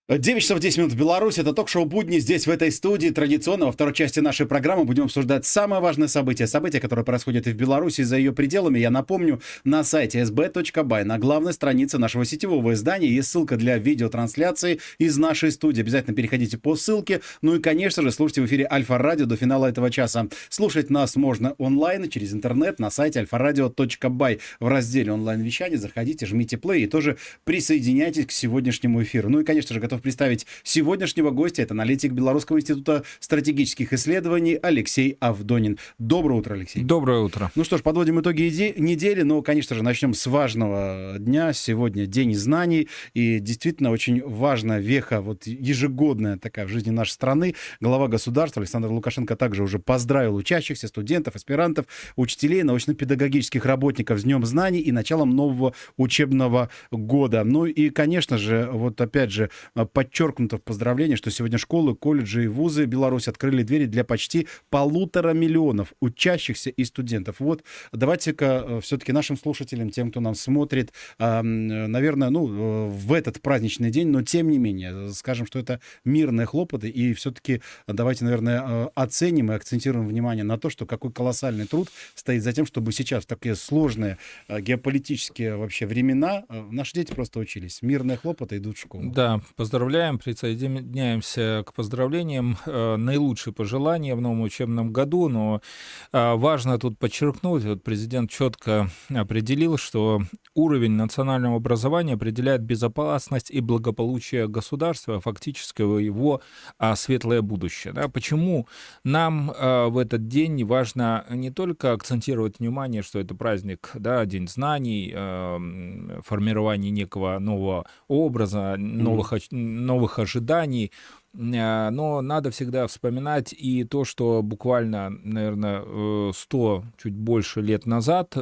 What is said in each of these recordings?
9 часов 10 минут в Беларуси. Это ток-шоу «Будни». Здесь, в этой студии, традиционно, во второй части нашей программы будем обсуждать самое важное событие. События, которые происходят и в Беларуси, и за ее пределами. Я напомню, на сайте sb.by, на главной странице нашего сетевого издания, есть ссылка для видеотрансляции из нашей студии. Обязательно переходите по ссылке. Ну и, конечно же, слушайте в эфире Альфа-радио до финала этого часа. Слушать нас можно онлайн, через интернет, на сайте alfaradio.by. В разделе онлайн-вещания заходите, жмите play и тоже присоединяйтесь к сегодняшнему эфиру. Ну и, конечно же, готов представить сегодняшнего гостя. Это аналитик Белорусского института стратегических исследований Алексей Авдонин. Доброе утро, Алексей. Доброе утро. Ну что ж, подводим итоги недели, но, конечно же, начнем с важного дня. Сегодня День знаний, и действительно очень важная веха, вот ежегодная такая в жизни нашей страны. Глава государства Александр Лукашенко также уже поздравил учащихся, студентов, аспирантов, учителей, научно-педагогических работников с Днем знаний и началом нового учебного года. Ну и, конечно же, вот опять же, подчеркнуто в поздравлении, что сегодня школы, колледжи и вузы Беларуси открыли двери для почти 1,5 миллиона учащихся и студентов. Вот давайте-ка все-таки нашим слушателям, тем, кто нам смотрит, наверное, в этот праздничный день, но тем не менее, скажем, что это мирные хлопоты, и все-таки давайте, наверное, оценим и акцентируем внимание на то, что какой колоссальный труд стоит за тем, чтобы сейчас в такие сложные геополитические вообще времена наши дети просто учились. Мирные хлопоты идут в школу. Да, поздравляем, присоединяемся к поздравлениям. Наилучшие пожелания в новом учебном году, но важно тут подчеркнуть, вот президент четко определил, что уровень национального образования определяет безопасность и благополучие государства, фактически его светлое будущее. Да? Почему нам в этот день важно не только акцентировать внимание, что это праздник, да, День знаний, формирование некого нового образа, новых ожиданий, но надо всегда вспоминать и то, что буквально, наверное, 100, чуть больше лет назад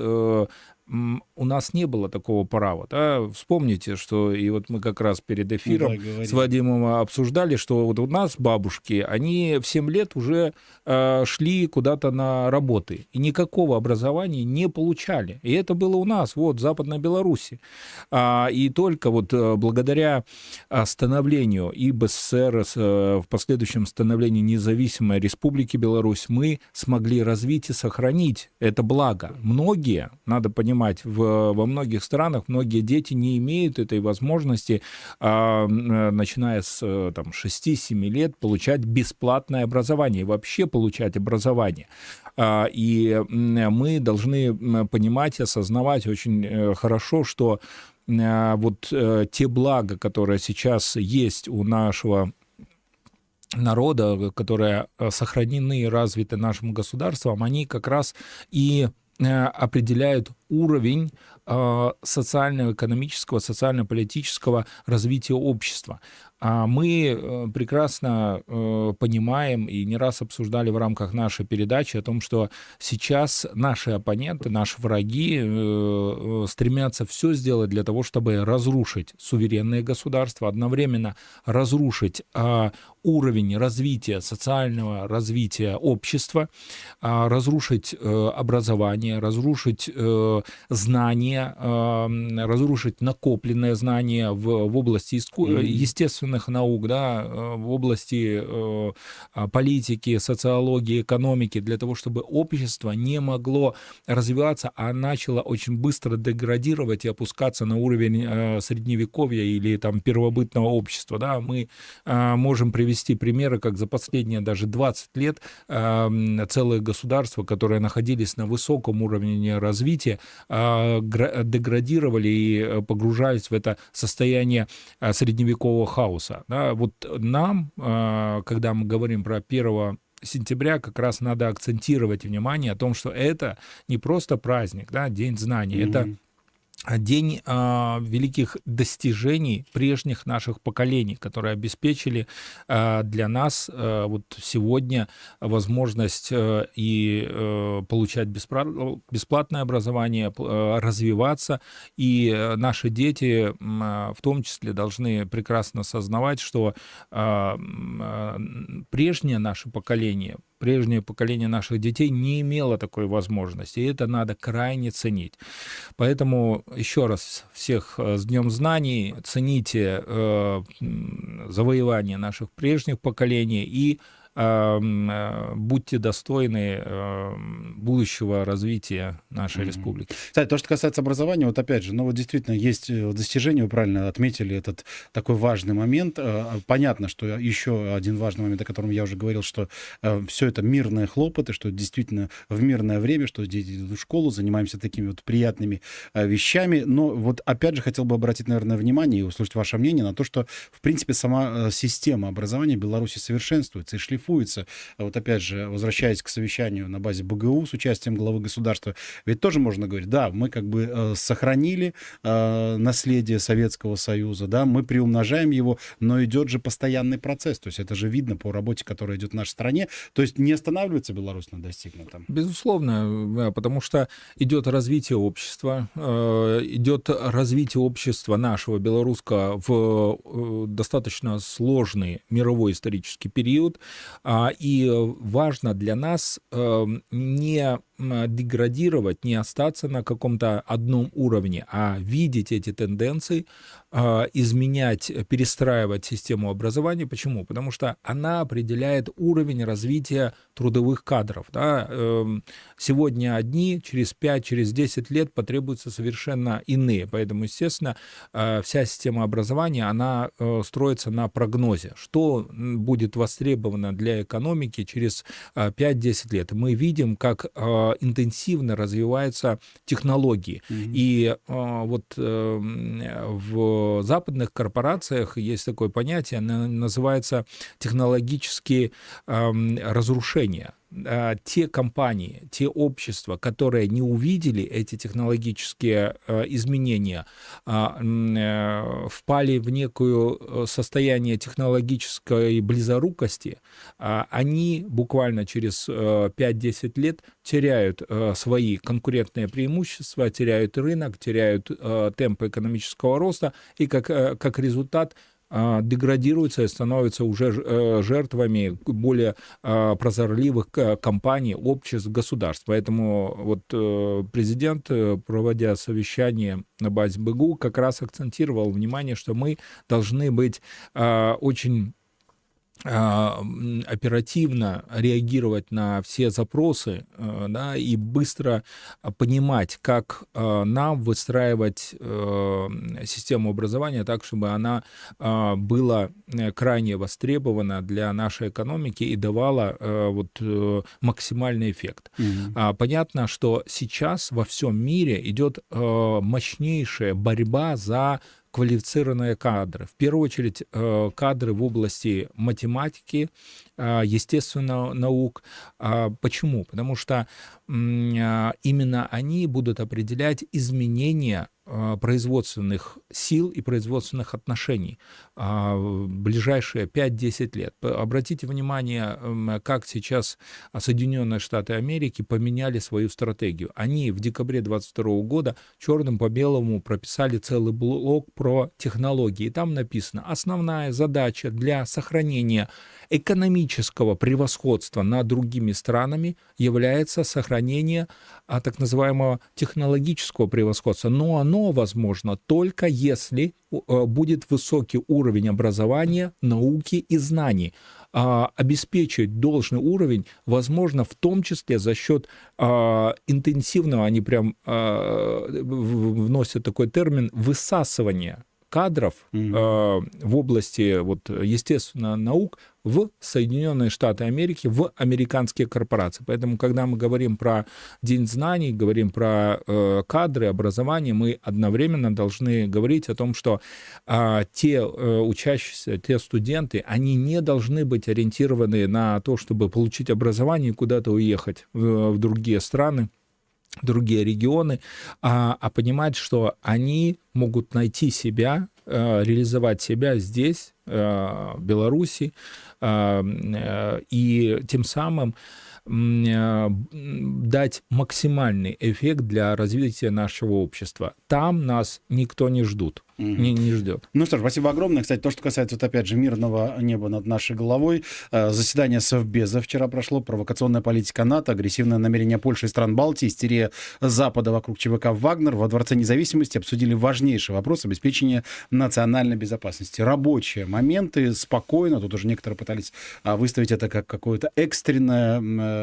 у нас не было такого права. Да? Вспомните, что и вот мы как раз перед эфиром с Вадимом обсуждали, что вот у нас бабушки, они в 7 лет уже шли куда-то на работы, и никакого образования не получали. И это было у нас, вот, в Западной Беларуси. И только вот благодаря становлению и БССР, в последующем становлению независимой Республики Беларусь, мы смогли развить и сохранить это благо. Многие, надо понимать, во многих странах многие дети не имеют этой возможности, начиная с 6-7 лет, получать бесплатное образование, вообще получать образование. И мы должны понимать и осознавать очень хорошо, что вот те блага, которые сейчас есть у нашего народа, которые сохранены и развиты нашим государством, они как раз и определяют уровень социально-экономического, социально-политического развития общества. Мы прекрасно понимаем и не раз обсуждали в рамках нашей передачи о том, что сейчас наши оппоненты, наши враги стремятся все сделать для того, чтобы разрушить суверенное государство, одновременно разрушить уровень развития, социального развития общества, разрушить образование, разрушить знания, разрушить накопленные знания в области естественных наук, да, в области политики, социологии, экономики, для того, чтобы общество не могло развиваться, а начало очень быстро деградировать и опускаться на уровень средневековья или там первобытного общества. Да. Мы можем привести примеры, как за последние даже 20 лет целые государства, которые находились на высоком уровне развития, деградировали и погружались в это состояние средневекового хаоса. Да, вот нам, когда мы говорим про 1 сентября, как раз надо акцентировать внимание о том, что это не просто праздник, да, День знаний, это день великих достижений прежних наших поколений, которые обеспечили для нас вот сегодня возможность и получать бесплатное образование, развиваться. И наши дети в том числе должны прекрасно осознавать, что прежнее наше поколение прежнее поколение наших детей не имело такой возможности, и это надо крайне ценить. Поэтому еще раз всех с Днем знаний, цените завоевания наших прежних поколений и будьте достойны будущего развития нашей республики. Кстати, то, что касается образования, вот опять же, ну вот действительно есть достижения, вы правильно отметили этот такой важный момент. Понятно, что еще один важный момент, о котором я уже говорил, что все это мирные хлопоты, что действительно в мирное время, что дети идут в школу, занимаемся такими вот приятными вещами. Но вот опять же хотел бы обратить, наверное, внимание и услышать ваше мнение на то, что, в принципе, сама система образования в Беларуси совершенствуется и шлифуется. Вот опять же, возвращаясь к совещанию на базе БГУ с участием главы государства, ведь тоже можно говорить, да, мы как бы сохранили наследие Советского Союза, да, мы приумножаем его, но идет же постоянный процесс, то есть это же видно по работе, которая идет в нашей стране, то есть не останавливается Беларусь на достигнутом. Безусловно, потому что идет развитие общества, нашего белорусского в достаточно сложный мировой исторический период, и важно для нас не деградировать, не остаться на каком-то одном уровне, а видеть эти тенденции, изменять, перестраивать систему образования. Почему? Потому что она определяет уровень развития трудовых кадров. Да? Сегодня одни, через 5, через 10 лет потребуются совершенно иные. Поэтому, естественно, вся система образования, она строится на прогнозе. Что будет востребовано для экономики через 5-10 лет? Мы видим, как интенсивно развиваются технологии. И вот в западных корпорациях есть такое понятие, оно называется технологические разрушения. Те компании, те общества, которые не увидели эти технологические изменения, впали в некое состояние технологической близорукости, они буквально через 5-10 лет теряют свои конкурентные преимущества, теряют рынок, теряют темпы экономического роста, и как результат деградируются и становятся уже жертвами более прозорливых компаний, обществ, государств. Поэтому вот президент, проводя совещание на базе БГУ, как раз акцентировал внимание, что мы должны быть очень оперативно реагировать на все запросы, да, и быстро понимать, как нам выстраивать систему образования так, чтобы она была крайне востребована для нашей экономики и давала максимальный эффект. Понятно, что сейчас во всем мире идет мощнейшая борьба за квалифицированные кадры. В первую очередь кадры в области математики, естественных наук. Почему? Потому что именно они будут определять изменения производственных сил и производственных отношений в ближайшие 5-10 лет. Обратите внимание, как сейчас Соединенные Штаты Америки поменяли свою стратегию. Они в декабре 2022 года черным по белому прописали целый блок про технологии. И там написано: основная задача для сохранения экономического превосходства над другими странами является сохранение так называемого технологического превосходства. Но оно возможно только если будет высокий уровень образования, науки и знаний. Обеспечить должный уровень возможно в том числе за счет интенсивного, они прям вносят такой термин, высасывания кадров в области естественных наук в Соединенные Штаты Америки, в американские корпорации. Поэтому, когда мы говорим про День знаний, говорим про кадры, образование, мы одновременно должны говорить о том, что те учащиеся, те студенты, они не должны быть ориентированы на то, чтобы получить образование и куда-то уехать в другие страны, другие регионы, а понимать, что они могут найти себя, реализовать себя здесь, в Беларуси, и тем самым дать максимальный эффект для развития нашего общества. Там нас никто не ждут. не ждет. Ну что ж, спасибо огромное. Кстати, то, что касается, вот опять же, мирного неба над нашей головой. Заседание Совбеза вчера прошло. Провокационная политика НАТО, агрессивное намерение Польши и стран Балтии, истерия Запада вокруг ЧВК «Вагнер». Во Дворце независимости обсудили важнейший вопрос обеспечения национальной безопасности. Рабочие моменты, спокойно. Тут уже некоторые пытались выставить это как какое-то экстренное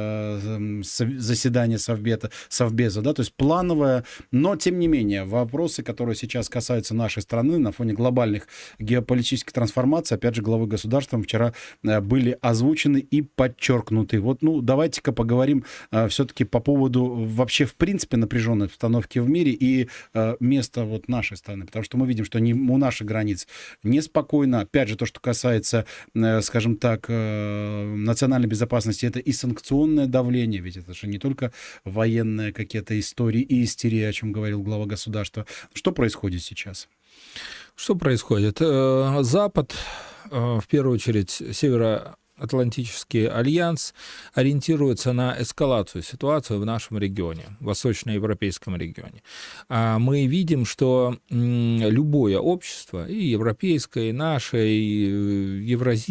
заседание Совбеза, да, то есть плановое. Но, тем не менее, вопросы, которые сейчас касаются нашей страны на фоне глобальных геополитических трансформаций, опять же, главой государства вчера были озвучены и подчеркнуты. Вот, ну, давайте-ка поговорим все-таки по поводу вообще, в принципе, напряженной обстановки в мире и места вот нашей страны, потому что мы видим, что у наших границ неспокойно. Опять же, то, что касается, скажем так, национальной безопасности, это и санкционное давление, ведь это же не только военные какие-то истории и истерия, о чем говорил глава государства. Что происходит сейчас? Что происходит? Запад, в первую очередь Североатлантический альянс, ориентируется на эскалацию ситуации в нашем регионе, в восточноевропейском регионе. Мы видим, что любое общество, и европейское, и наше, и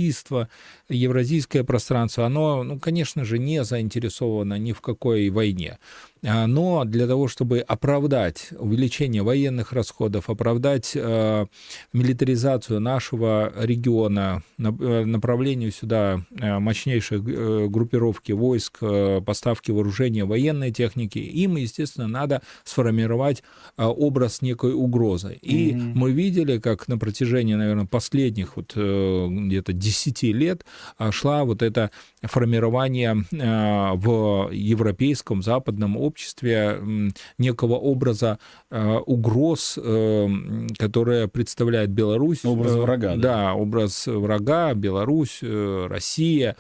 евразийское пространство, оно, ну, конечно же, не заинтересовано ни в какой войне. Но для того, чтобы оправдать увеличение военных расходов, оправдать милитаризацию нашего региона, направлению сюда мощнейшей группировки войск, поставки вооружения, военной техники, им, естественно, надо сформировать образ некой угрозы. И мы видели, как на протяжении, наверное, последних вот где-то 10 лет шла вот это формирование в европейском, западном обществе некого образа угроз, которые представляет Беларусь. Образ врага. Да, образ врага, Беларусь, Россия.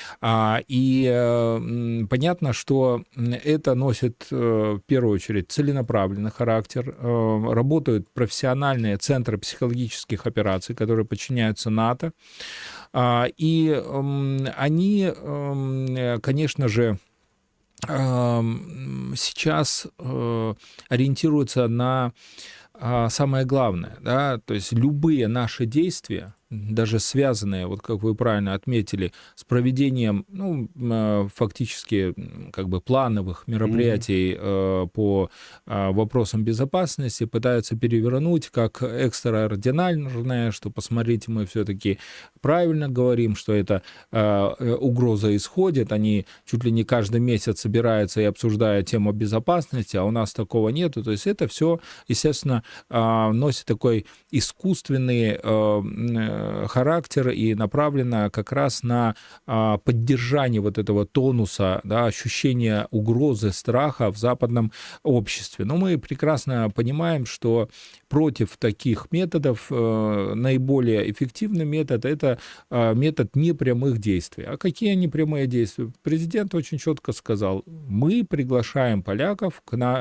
И понятно, что это носит в первую очередь целенаправленный характер. Работают профессиональные центры психологических операций, которые подчиняются НАТО. И они, конечно же, сейчас ориентируются на самое главное, да, то есть любые наши действия, даже связанные, вот как вы правильно отметили, с проведением, ну, фактически, как бы плановых мероприятий по вопросам безопасности, пытаются перевернуть как экстраординарное, что, посмотрите, мы все-таки правильно говорим, что эта угроза исходит, они чуть ли не каждый месяц собираются и обсуждают тему безопасности, а у нас такого нету, то есть это все, естественно, носит такой искусственный характер и направлено как раз на поддержание вот этого тонуса, да, ощущения угрозы, страха в западном обществе. Но мы прекрасно понимаем, что против таких методов наиболее эффективный метод — это метод непрямых действий. А какие непрямые действия? Президент очень четко сказал: мы приглашаем поляков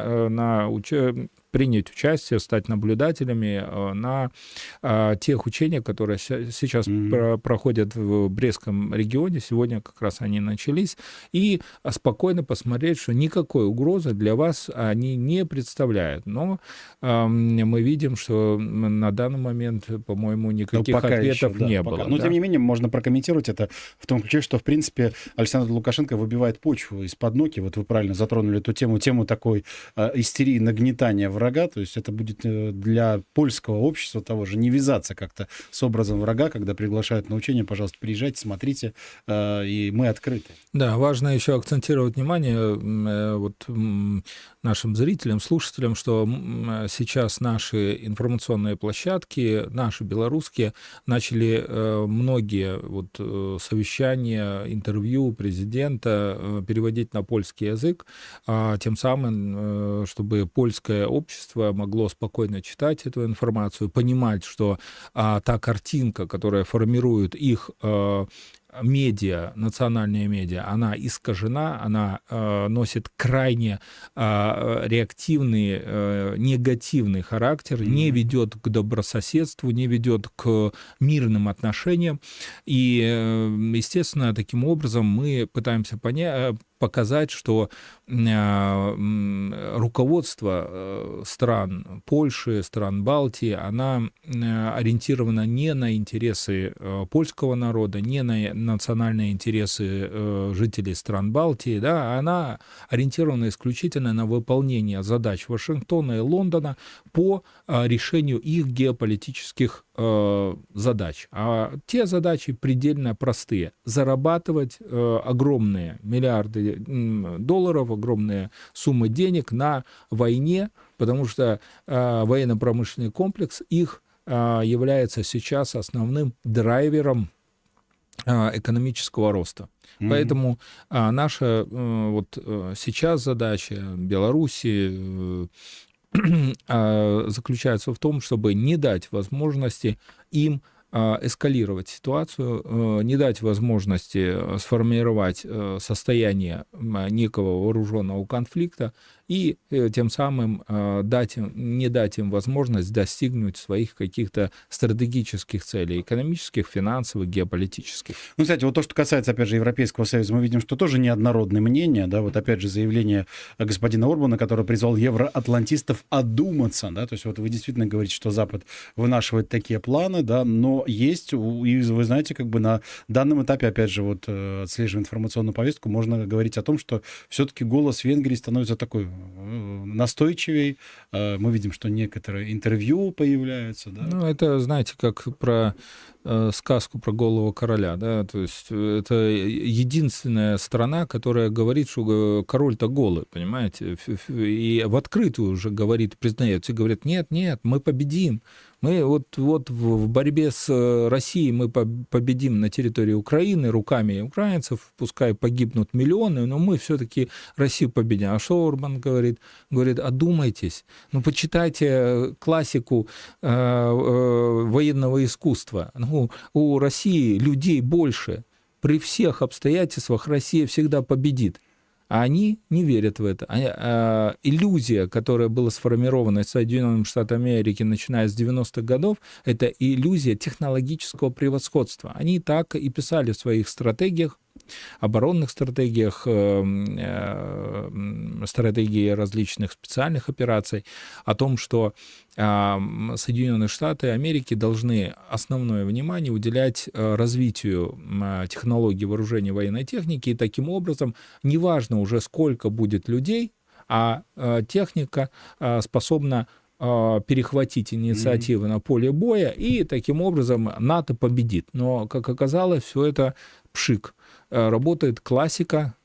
принять участие, стать наблюдателями на тех учениях, которые сейчас проходят в Брестском регионе. Сегодня как раз они начались. И спокойно посмотреть, что никакой угрозы для вас они не представляют. Но мы видим, что на данный момент, по-моему, никаких ответов не было. Но, тем не менее, можно прокомментировать это в том ключе, что, в принципе, Александр Лукашенко выбивает почву из-под ног. И вот вы правильно затронули эту тему такой истерии, нагнетания врага. То есть это будет для польского общества того же не вязаться как-то с образом врага, когда приглашают на учения: пожалуйста, приезжайте, смотрите, и мы открыты. Да, важно еще акцентировать внимание вот нашим зрителям, слушателям, что сейчас наши информационные площадки, наши белорусские, начали многие вот совещания, интервью президента переводить на польский язык, тем самым, чтобы польское общество могло спокойно читать эту информацию, понимать, что та картинка, которая формирует их медиа, национальные медиа, она искажена, она носит крайне реактивный, негативный характер, не ведет к добрососедству, не ведет к мирным отношениям. И, естественно, таким образом мы пытаемся показать, что руководство стран Польши, стран Балтии, она ориентирована не на интересы польского народа, не на национальные интересы жителей стран Балтии, да, она ориентирована исключительно на выполнение задач Вашингтона и Лондона по решению их геополитических задач. А те задачи предельно простые. Зарабатывать огромные миллиарды долларов, огромные суммы денег на войне, потому что военно-промышленный комплекс их является сейчас основным драйвером экономического роста. Поэтому наша вот сейчас задача Беларуси заключается в том, чтобы не дать возможности им эскалировать ситуацию, не дать возможности сформировать состояние некого вооруженного конфликта и тем самым не дать им возможность достигнуть своих каких-то стратегических целей, экономических, финансовых, геополитических. Ну, кстати, вот то, что касается, опять же, Европейского Союза, мы видим, что тоже неоднородные мнения, да, вот опять же заявление господина Орбана, который призвал евроатлантистов одуматься, да, то есть вот вы действительно говорите, что Запад вынашивает такие планы, да, но есть, и вы знаете, как бы на данном этапе, опять же, вот отслеживая информационную повестку, можно говорить о том, что все-таки голос Венгрии становится такой настойчивей. Мы видим, что некоторые интервью появляются. Да? Ну, это, знаете, как про сказку про голого короля, да, то есть это единственная страна, которая говорит, что король-то голый, понимаете, и в открытую уже говорит, признает, все говорят, нет, мы победим, мы вот в борьбе с Россией мы победим на территории Украины руками украинцев, пускай погибнут миллионы, но мы все-таки Россию победим. А что Орбан говорит? Говорит, одумайтесь, ну, почитайте классику военного искусства. Ну, у России людей больше. При всех обстоятельствах Россия всегда победит. А они не верят в это. Иллюзия, которая была сформирована Соединенными Штатами Америки, начиная с 90-х годов, это иллюзия технологического превосходства. Они так и писали в своих стратегиях, оборонных стратегиях, стратегии различных специальных операций, о том, что Соединенные Штаты Америки должны основное внимание уделять развитию технологий вооружения и военной техники, и таким образом, неважно уже сколько будет людей, а техника способна перехватить инициативу на поле боя, и таким образом НАТО победит. Но, как оказалось, все это пшик. Работает классика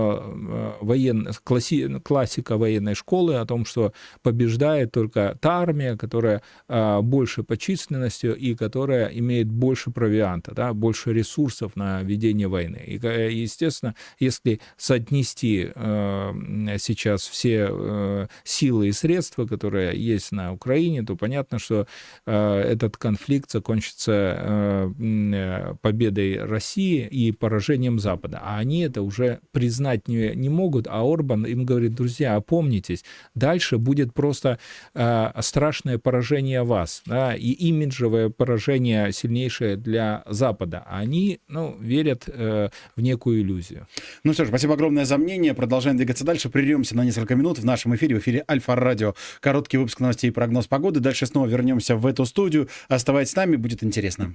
военной школы о том, что побеждает только та армия, которая больше по численности и которая имеет больше провианта, да, больше ресурсов на ведение войны. И, естественно, если соотнести сейчас все силы и средства, которые есть на Украине, то понятно, что этот конфликт закончится победой России и поражением Запада. А они это уже признать не могут, а Орбан им говорит, друзья, опомнитесь, дальше будет просто страшное поражение вас, да, и имиджевое поражение сильнейшее для Запада. А они, верят в некую иллюзию. Ну что ж, спасибо огромное за мнение. Продолжаем двигаться дальше. Прервемся на несколько минут в нашем эфире, в эфире Альфа-Радио. Короткий выпуск новостей и прогноз погоды. Дальше снова вернемся в эту студию. Оставайтесь с нами, будет интересно.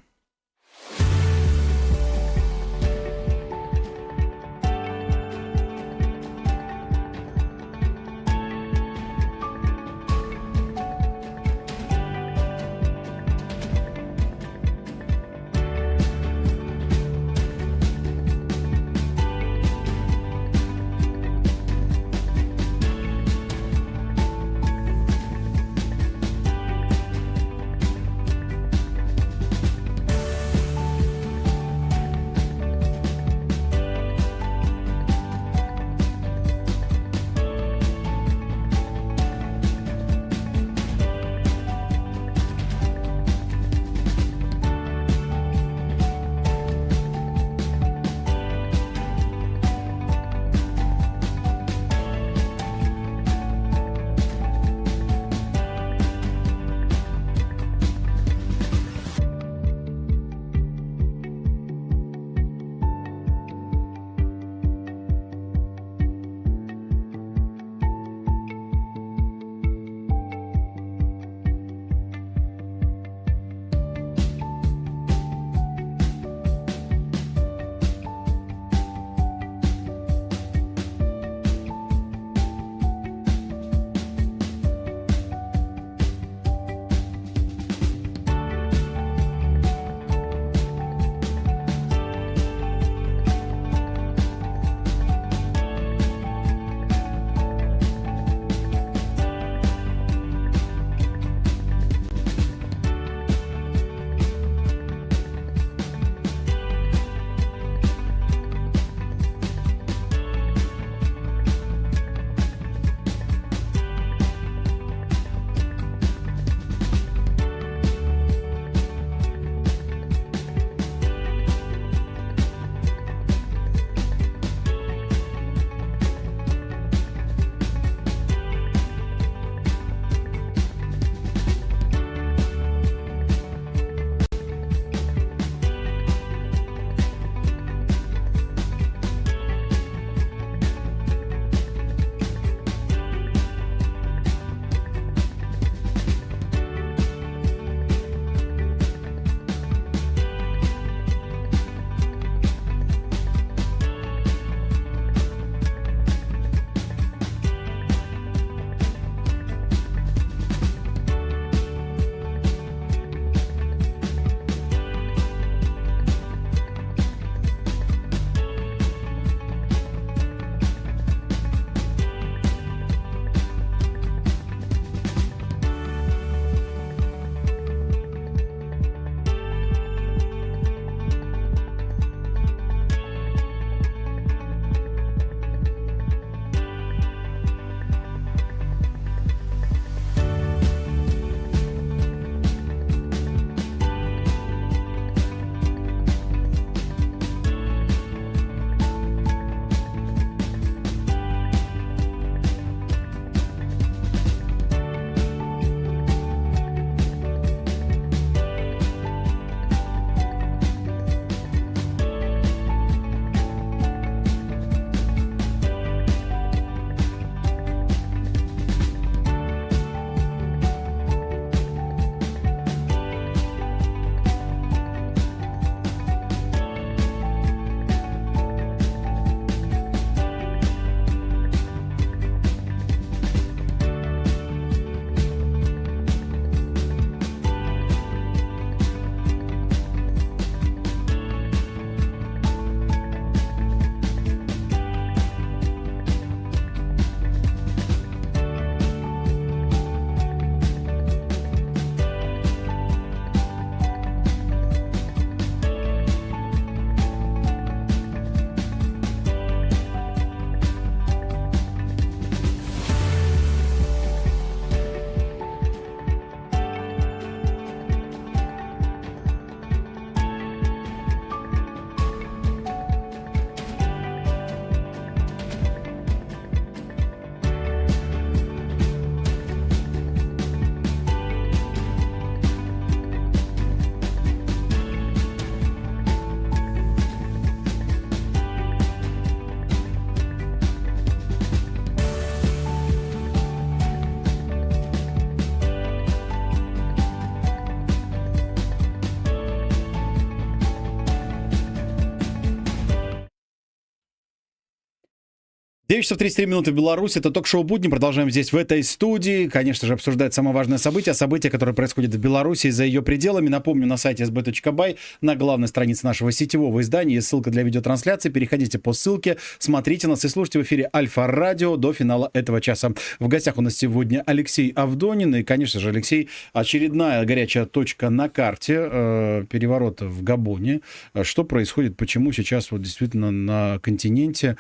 9 часов 33 минуты в Беларуси. Это ток-шоу «Будни». Продолжаем здесь, в этой студии. Конечно же, обсуждать самое важное событие, которое происходит в Беларуси и за ее пределами. Напомню, на сайте sb.by, на главной странице нашего сетевого издания есть ссылка для видеотрансляции. Переходите по ссылке, смотрите нас и слушайте в эфире Альфа-радио до финала этого часа. В гостях у нас сегодня Алексей Авдонин. И, конечно же, Алексей, очередная горячая точка на карте переворота в Габоне. Что происходит, почему сейчас вот действительно на континенте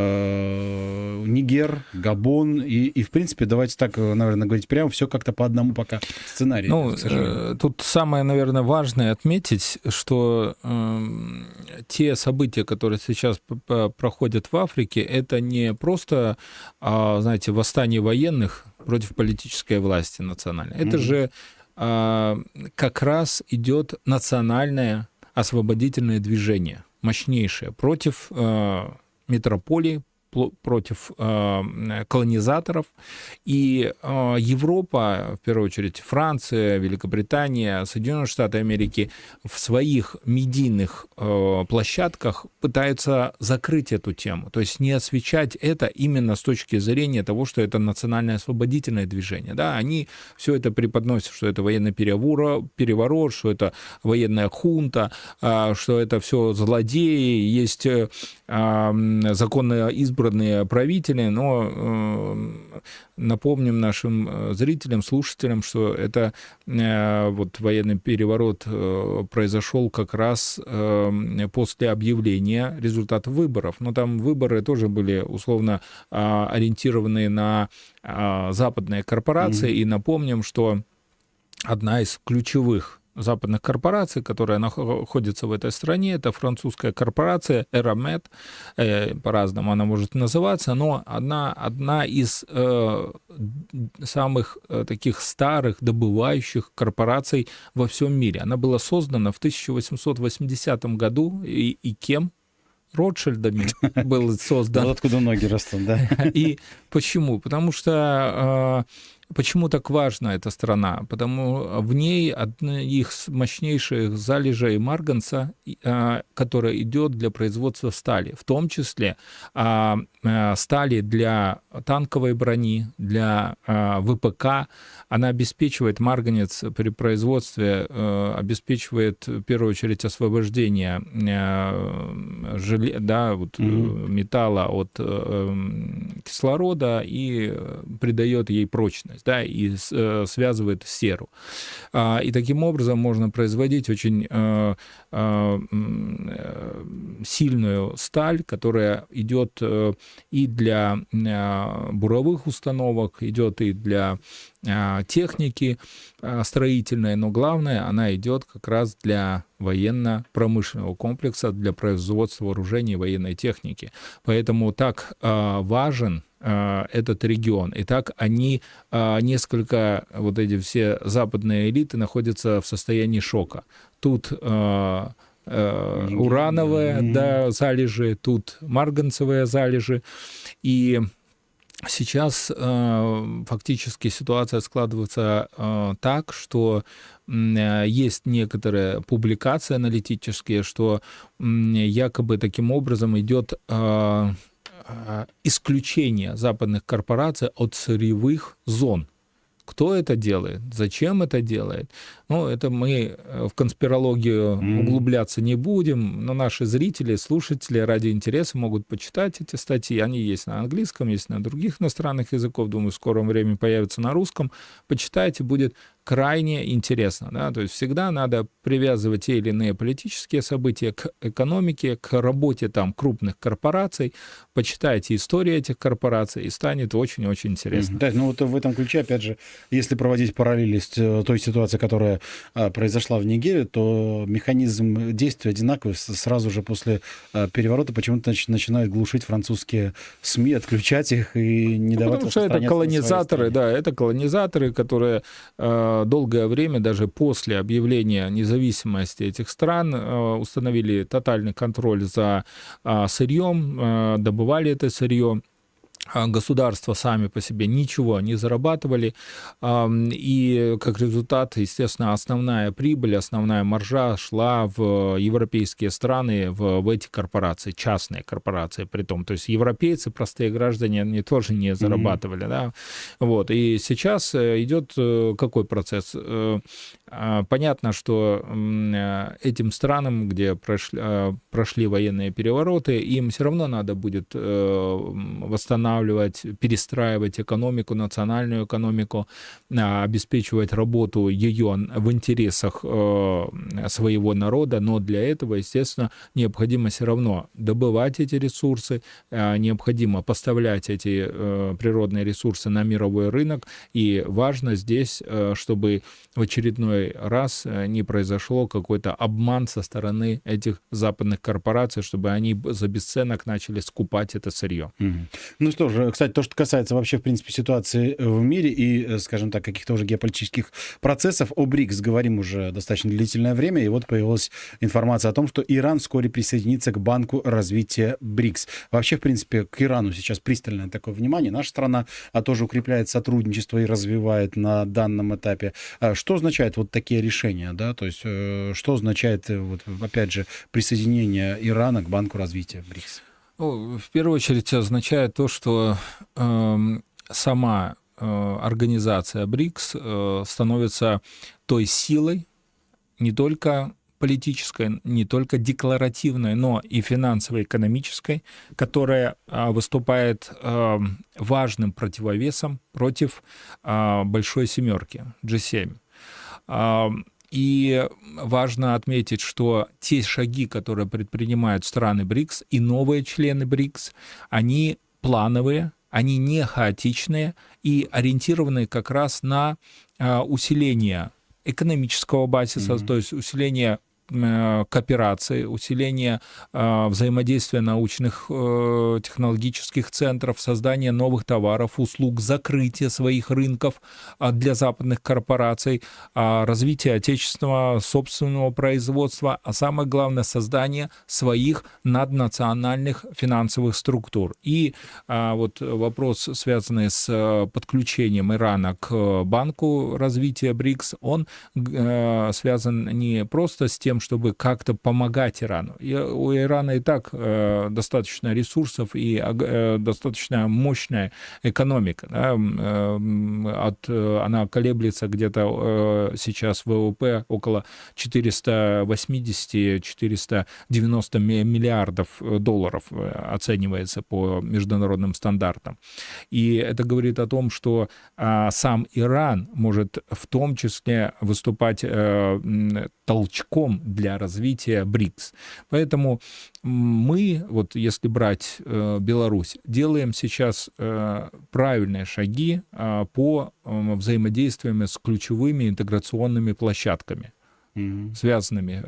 Нигер, Габон и, в принципе, давайте так, наверное, говорить прямо, все как-то по одному пока сценарию. Ну, тут самое, наверное, важное отметить, что те события, которые сейчас проходят в Африке, это не просто, знаете, восстание военных против политической власти национальной. Это же как раз идет национальное освободительное движение, мощнейшее, против метрополии, против колонизаторов. И Европа, в первую очередь Франция, Великобритания, Соединенные Штаты Америки в своих медийных площадках пытаются закрыть эту тему, то есть не освещать это именно с точки зрения того, что это национальное освободительное движение. Да, они все это преподносят, что это военный переворот, что это военная хунта, что это все злодеи, есть законно избранные правители, но напомним нашим зрителям, слушателям, что это вот военный переворот произошел как раз после объявления результатов выборов. Но там выборы тоже были условно ориентированы на западные корпорации. И напомним, что одна из ключевых западных корпораций, которая находится в этой стране, это французская корпорация Eramet, по-разному она может называться, но одна из самых таких старых добывающих корпораций во всем мире. Она была создана в 1880 году, и кем? Ротшильдами был создан. Вот откуда ноги растут, да. И почему? Потому что почему так важна эта страна? Потому в ней одна из мощнейших залежей марганца, которая идет для производства стали, в том числе стали для танковой брони, для ВПК. Она обеспечивает, марганец при производстве обеспечивает в первую очередь освобождение металла от кислорода и придает ей прочность, да, и связывает серу. И таким образом можно производить очень сильную сталь, которая идет и для буровых установок, идет и для техники строительной, но главное, она идет как раз для военно-промышленного комплекса, для производства вооружений и военной техники. Поэтому так важен этот регион. И так они несколько, вот эти все западные элиты находятся в состоянии шока. Тут урановые залежи, тут марганцевые залежи. И сейчас фактически ситуация складывается так, что есть некоторые публикации аналитические, что якобы таким образом идет исключение западных корпораций от сырьевых зон. Кто это делает? Зачем это делает? Ну, это мы в конспирологию углубляться не будем, но наши зрители, слушатели ради интереса могут почитать эти статьи. Они есть на английском, есть на других иностранных языках. Думаю, в скором времени появятся на русском. Почитайте, будет крайне интересно. Да? То есть всегда надо привязывать те или иные политические события к экономике, к работе там крупных корпораций. Почитайте историю этих корпораций, и станет очень-очень интересно. Да, ну вот в этом ключе, опять же, если проводить параллели с той ситуацией, которая произошла в Нигере, то механизм действия одинаковый. Сразу же после переворота почему-то начинают глушить французские СМИ, отключать их и не давать потому что это колонизаторы, да, это колонизаторы, которые долгое время, даже после объявления независимости этих стран, установили тотальный контроль за сырьем, добывали это сырье. государства сами по себе ничего не зарабатывали, и как результат, естественно, основная прибыль, основная маржа шла в европейские страны, в эти корпорации, частные корпорации притом. То есть европейцы, простые граждане, они тоже не зарабатывали. Да? Вот. И сейчас идет какой процесс? Понятно, что этим странам, где прошли военные перевороты, им все равно надо будет восстанавливать, перестраивать экономику, национальную экономику, обеспечивать работу ее в интересах своего народа, но для этого, естественно, необходимо все равно добывать эти ресурсы, необходимо поставлять эти природные ресурсы на мировой рынок, и важно здесь, чтобы в очередной раз не произошло какой-то обман со стороны этих западных корпораций, чтобы они за бесценок начали скупать это сырье. Ну что же, кстати, то, что касается вообще, в принципе, ситуации в мире и, скажем так, каких-то уже геополитических процессов, о БРИКС говорим уже достаточно длительное время, и вот появилась информация о том, что Иран вскоре присоединится к Банку развития БРИКС. Вообще, в принципе, к Ирану сейчас пристальное такое внимание. Наша страна тоже укрепляет сотрудничество и развивает на данном этапе. Что означает вот такие решения, да? То есть что означает, вот, опять же, присоединение Ирана к Банку развития БРИКС? Ну, в первую очередь означает то, что сама организация БРИКС становится той силой, не только политической, не только декларативной, но и финансово-экономической, которая выступает важным противовесом против Большой Семерки, G7. И важно отметить, что те шаги, которые предпринимают страны БРИКС и новые члены БРИКС, они плановые, они не хаотичные и ориентированы как раз на усиление экономического базиса, то есть усиление кооперации, усиление взаимодействия научных технологических центров, создание новых товаров, услуг, закрытие своих рынков для западных корпораций, развитие отечественного собственного производства, а самое главное — создание своих наднациональных финансовых структур. И вот вопрос, связанный с подключением Ирана к Банку развития БРИКС, он связан не просто с тем, чтобы как-то помогать Ирану. У Ирана и так достаточно ресурсов и достаточно мощная экономика. Да? Она колеблется где-то сейчас ВВП около 480-490 миллиардов долларов оценивается по международным стандартам. И это говорит о том, что сам Иран может в том числе выступать толчком для развития БРИКС. Поэтому мы, вот если брать Беларусь, делаем сейчас правильные шаги по взаимодействию с ключевыми интеграционными площадками, связанными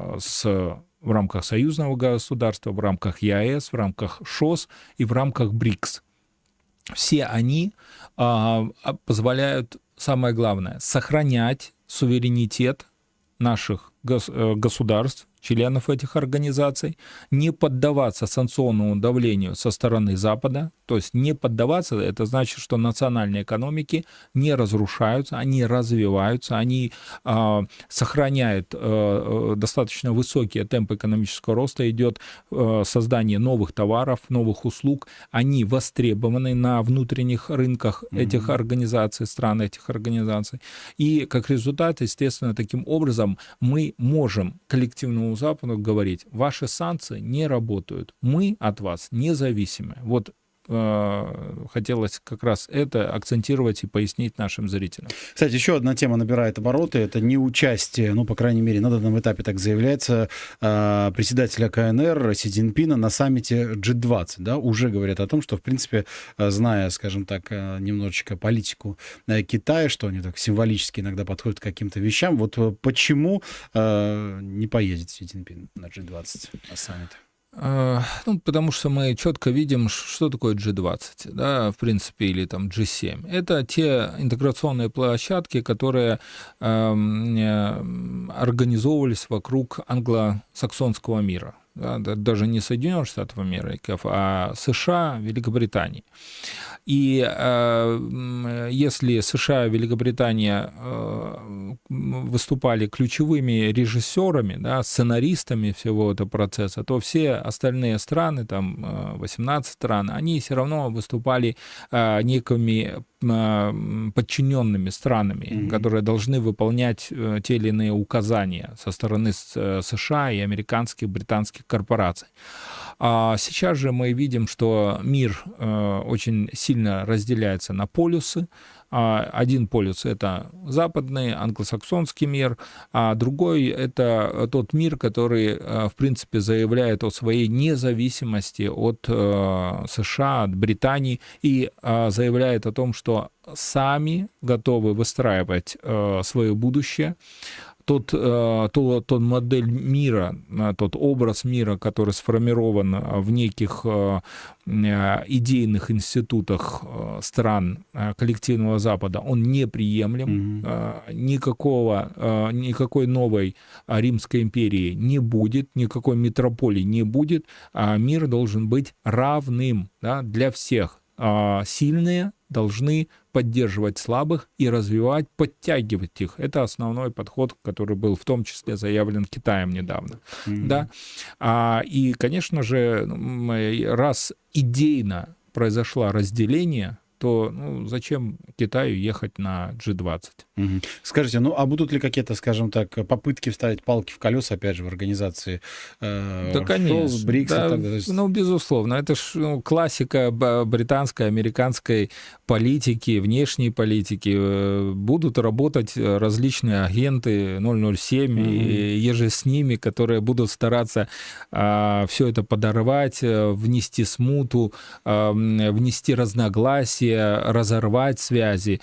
в рамках союзного государства, в рамках ЕАЭС, в рамках ШОС и в рамках БРИКС. Все они позволяют, самое главное, сохранять суверенитет наших государств, членов этих организаций, не поддаваться санкционному давлению со стороны Запада. То есть не поддаваться — это значит, что национальные экономики не разрушаются, они развиваются, они сохраняют достаточно высокие темпы экономического роста, идет создание новых товаров, новых услуг, они востребованы на внутренних рынках этих организаций, стран этих организаций. И как результат, естественно, таким образом мы можем коллективному Западу говорить: ваши санкции не работают, мы от вас независимы. Вот хотелось как раз это акцентировать и пояснить нашим зрителям. Кстати, еще одна тема набирает обороты. Это неучастие, ну, по крайней мере, на данном этапе так заявляется, председателя КНР Си Цзиньпина на саммите G20. Да, уже говорят о том, что, в принципе, зная, скажем так, немножечко политику Китая, что они так символически иногда подходят к каким-то вещам, вот почему не поедет Си Цзиньпин на G20, на саммит? Ну, потому что мы четко видим, что такое G20, да, в принципе, или там G7. Это те интеграционные площадки, которые организовывались вокруг англосаксонского мира. да, даже не Соединенных Штатов Америки, а США, Великобритании. И если США и Великобритания выступали ключевыми режиссерами, да, сценаристами всего этого процесса, то все остальные страны, там 18 стран, они все равно выступали некими подчиненными странами, которые должны выполнять те или иные указания со стороны США и американских, британских корпораций. А сейчас же мы видим, что мир очень сильно разделяется на полюсы. Один полюс — это западный, англосаксонский мир, а другой — это тот мир, который, в принципе, заявляет о своей независимости от США, от Британии, и заявляет о том, что сами готовы выстраивать свое будущее. Тот модель мира, тот образ мира, который сформирован в неких идейных институтах стран коллективного Запада, он неприемлем. Никакой новой Римской империи не будет, никакой метрополии не будет. Мир должен быть равным, да, для всех. Сильные должны поддерживать слабых и развивать, подтягивать их. Это основной подход, который был в том числе заявлен Китаем недавно. Да? И, конечно же, раз идейно произошло разделение, то зачем Китаю ехать на G20? Скажите, а будут ли какие-то, скажем так, попытки вставить палки в колеса, опять же, в организации да, конечно. БРИКС? Да, безусловно. Это ж классика британской, американской политики, внешней политики. Будут работать различные агенты 007 и еже с ними, которые будут стараться все это подорвать, внести смуту, внести разногласия, разорвать связи.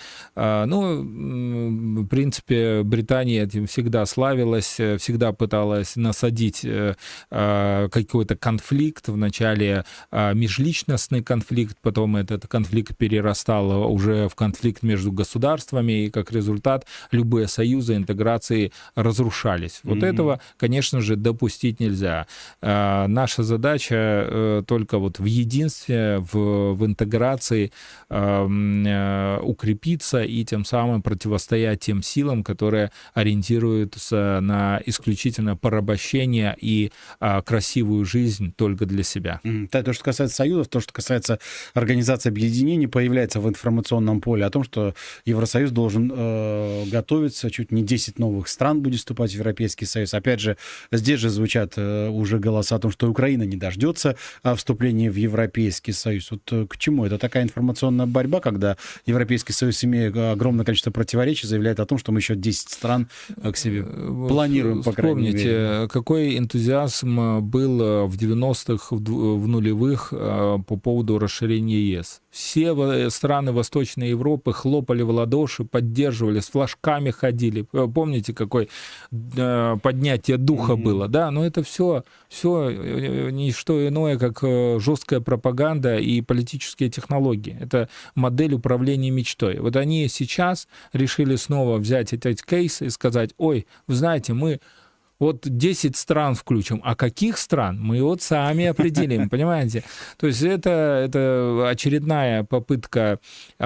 В принципе, Британия этим всегда славилась, всегда пыталась насадить какой-то конфликт, вначале межличностный конфликт, потом этот конфликт перерастал уже в конфликт между государствами, и как результат любые союзы, интеграции разрушались. Вот этого, конечно же, допустить нельзя. Наша задача только вот в единстве, в интеграции укрепиться и тем самым противостоять тем силам, которые ориентируются на исключительно порабощение и красивую жизнь только для себя. То, что касается союзов, то, что касается Организации Объединений, появляется в информационном поле о том, что Евросоюз должен готовиться, чуть не 10 новых стран будет вступать в Европейский Союз. Опять же, здесь же звучат уже голоса о том, что Украина не дождется вступления в Европейский Союз. Вот к чему? Это такая информационная борьба, когда Европейский Союз, имея огромное количество противоречий, заявляет о том, что мы еще 10 стран к себе планируем, по крайней мере. Вспомните, какой энтузиазм был в 90-х, в нулевых по поводу расширения ЕС. Все страны Восточной Европы хлопали в ладоши, поддерживали, с флажками ходили. Помните, какое поднятие духа было? Да, но это все не что иное, как жесткая пропаганда и политические технологии. Это модель управления мечтой. Вот они сейчас решили снова взять этот кейс и сказать: ой, вы знаете, мы вот 10 стран включим, а каких стран мы вот сами определим, понимаете? То есть это очередная попытка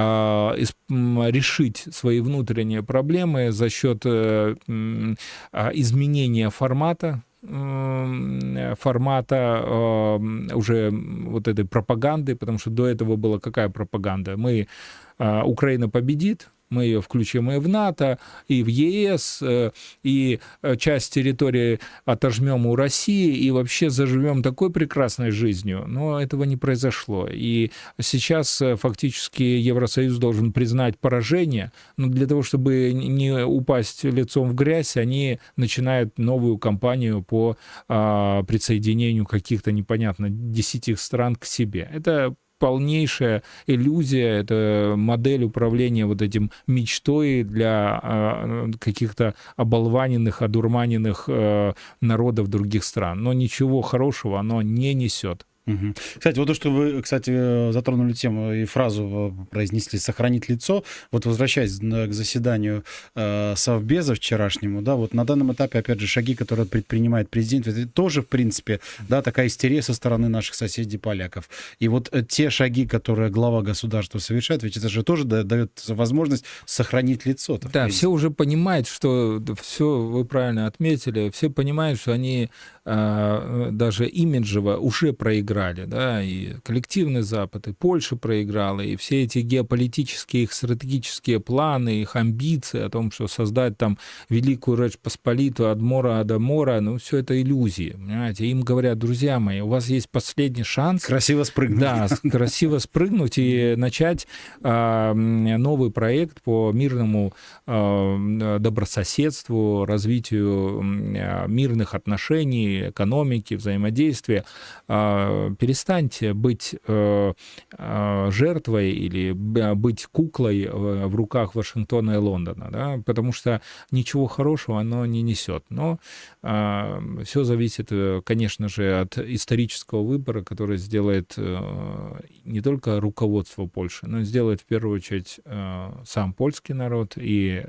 решить свои внутренние проблемы за счет изменения формата уже вот этой пропаганды, потому что до этого была какая пропаганда? Украина победит, мы ее включим и в НАТО, и в ЕС, и часть территории отожмем у России, и вообще заживем такой прекрасной жизнью. Но этого не произошло. И сейчас фактически Евросоюз должен признать поражение, но для того, чтобы не упасть лицом в грязь, они начинают новую кампанию по присоединению каких-то непонятно 10 стран к себе. Это полнейшая иллюзия, это модель управления вот этим мечтой для каких-то оболваненных, одурманенных народов других стран. Но ничего хорошего оно не несет. Мгм. Кстати, вот то, что вы, кстати, затронули тему и фразу произнесли «сохранить лицо», вот возвращаясь к заседанию Совбеза вчерашнему, да, вот на данном этапе, опять же, шаги, которые предпринимает президент, это тоже, в принципе, да, такая истерия со стороны наших соседей поляков. И вот те шаги, которые глава государства совершает, ведь это же тоже дает возможность сохранить лицо-то. Да, все уже понимают, что все, вы правильно отметили, все понимают, что они даже имиджево уже проиграли, да, и коллективный Запад, и Польша проиграла, и все эти геополитические их стратегические планы, их амбиции о том, что создать там великую Речь Посполитую от мора до мора, ну, все это иллюзии, понимаете. Им говорят: друзья мои, у вас есть последний шанс. Красиво спрыгнуть. Да, красиво спрыгнуть и начать новый проект по мирному добрососедству, развитию мирных отношений, экономики, взаимодействия. Перестаньте быть жертвой или быть куклой в руках Вашингтона и Лондона, да, потому что ничего хорошего оно не несет. Но все зависит, конечно же, от исторического выбора, который сделает не только руководство Польши, но и сделает в первую очередь сам польский народ и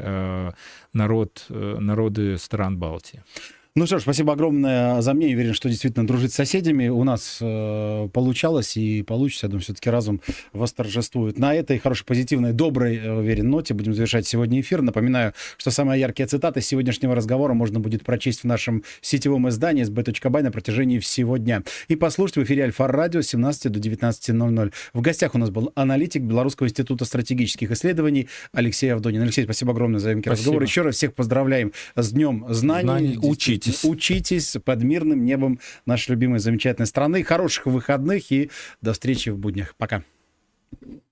народы стран Балтии. Ну что ж, спасибо огромное за мнение. Уверен, что действительно дружить с соседями у нас получалось и получится. Я думаю, все-таки разум восторжествует. На этой хорошей, позитивной, доброй, уверен, ноте будем завершать сегодня эфир. Напоминаю, что самые яркие цитаты сегодняшнего разговора можно будет прочесть в нашем сетевом издании sb.by на протяжении всего дня. И послушать в эфире Альфа-радио с 17 до 19:00. В гостях у нас был аналитик Белорусского института стратегических исследований Алексей Авдонин. Алексей, спасибо огромное за емкий разговор. Еще раз всех поздравляем с Днем знаний. Учитесь под мирным небом нашей любимой замечательной страны. Хороших выходных и до встречи в буднях. Пока.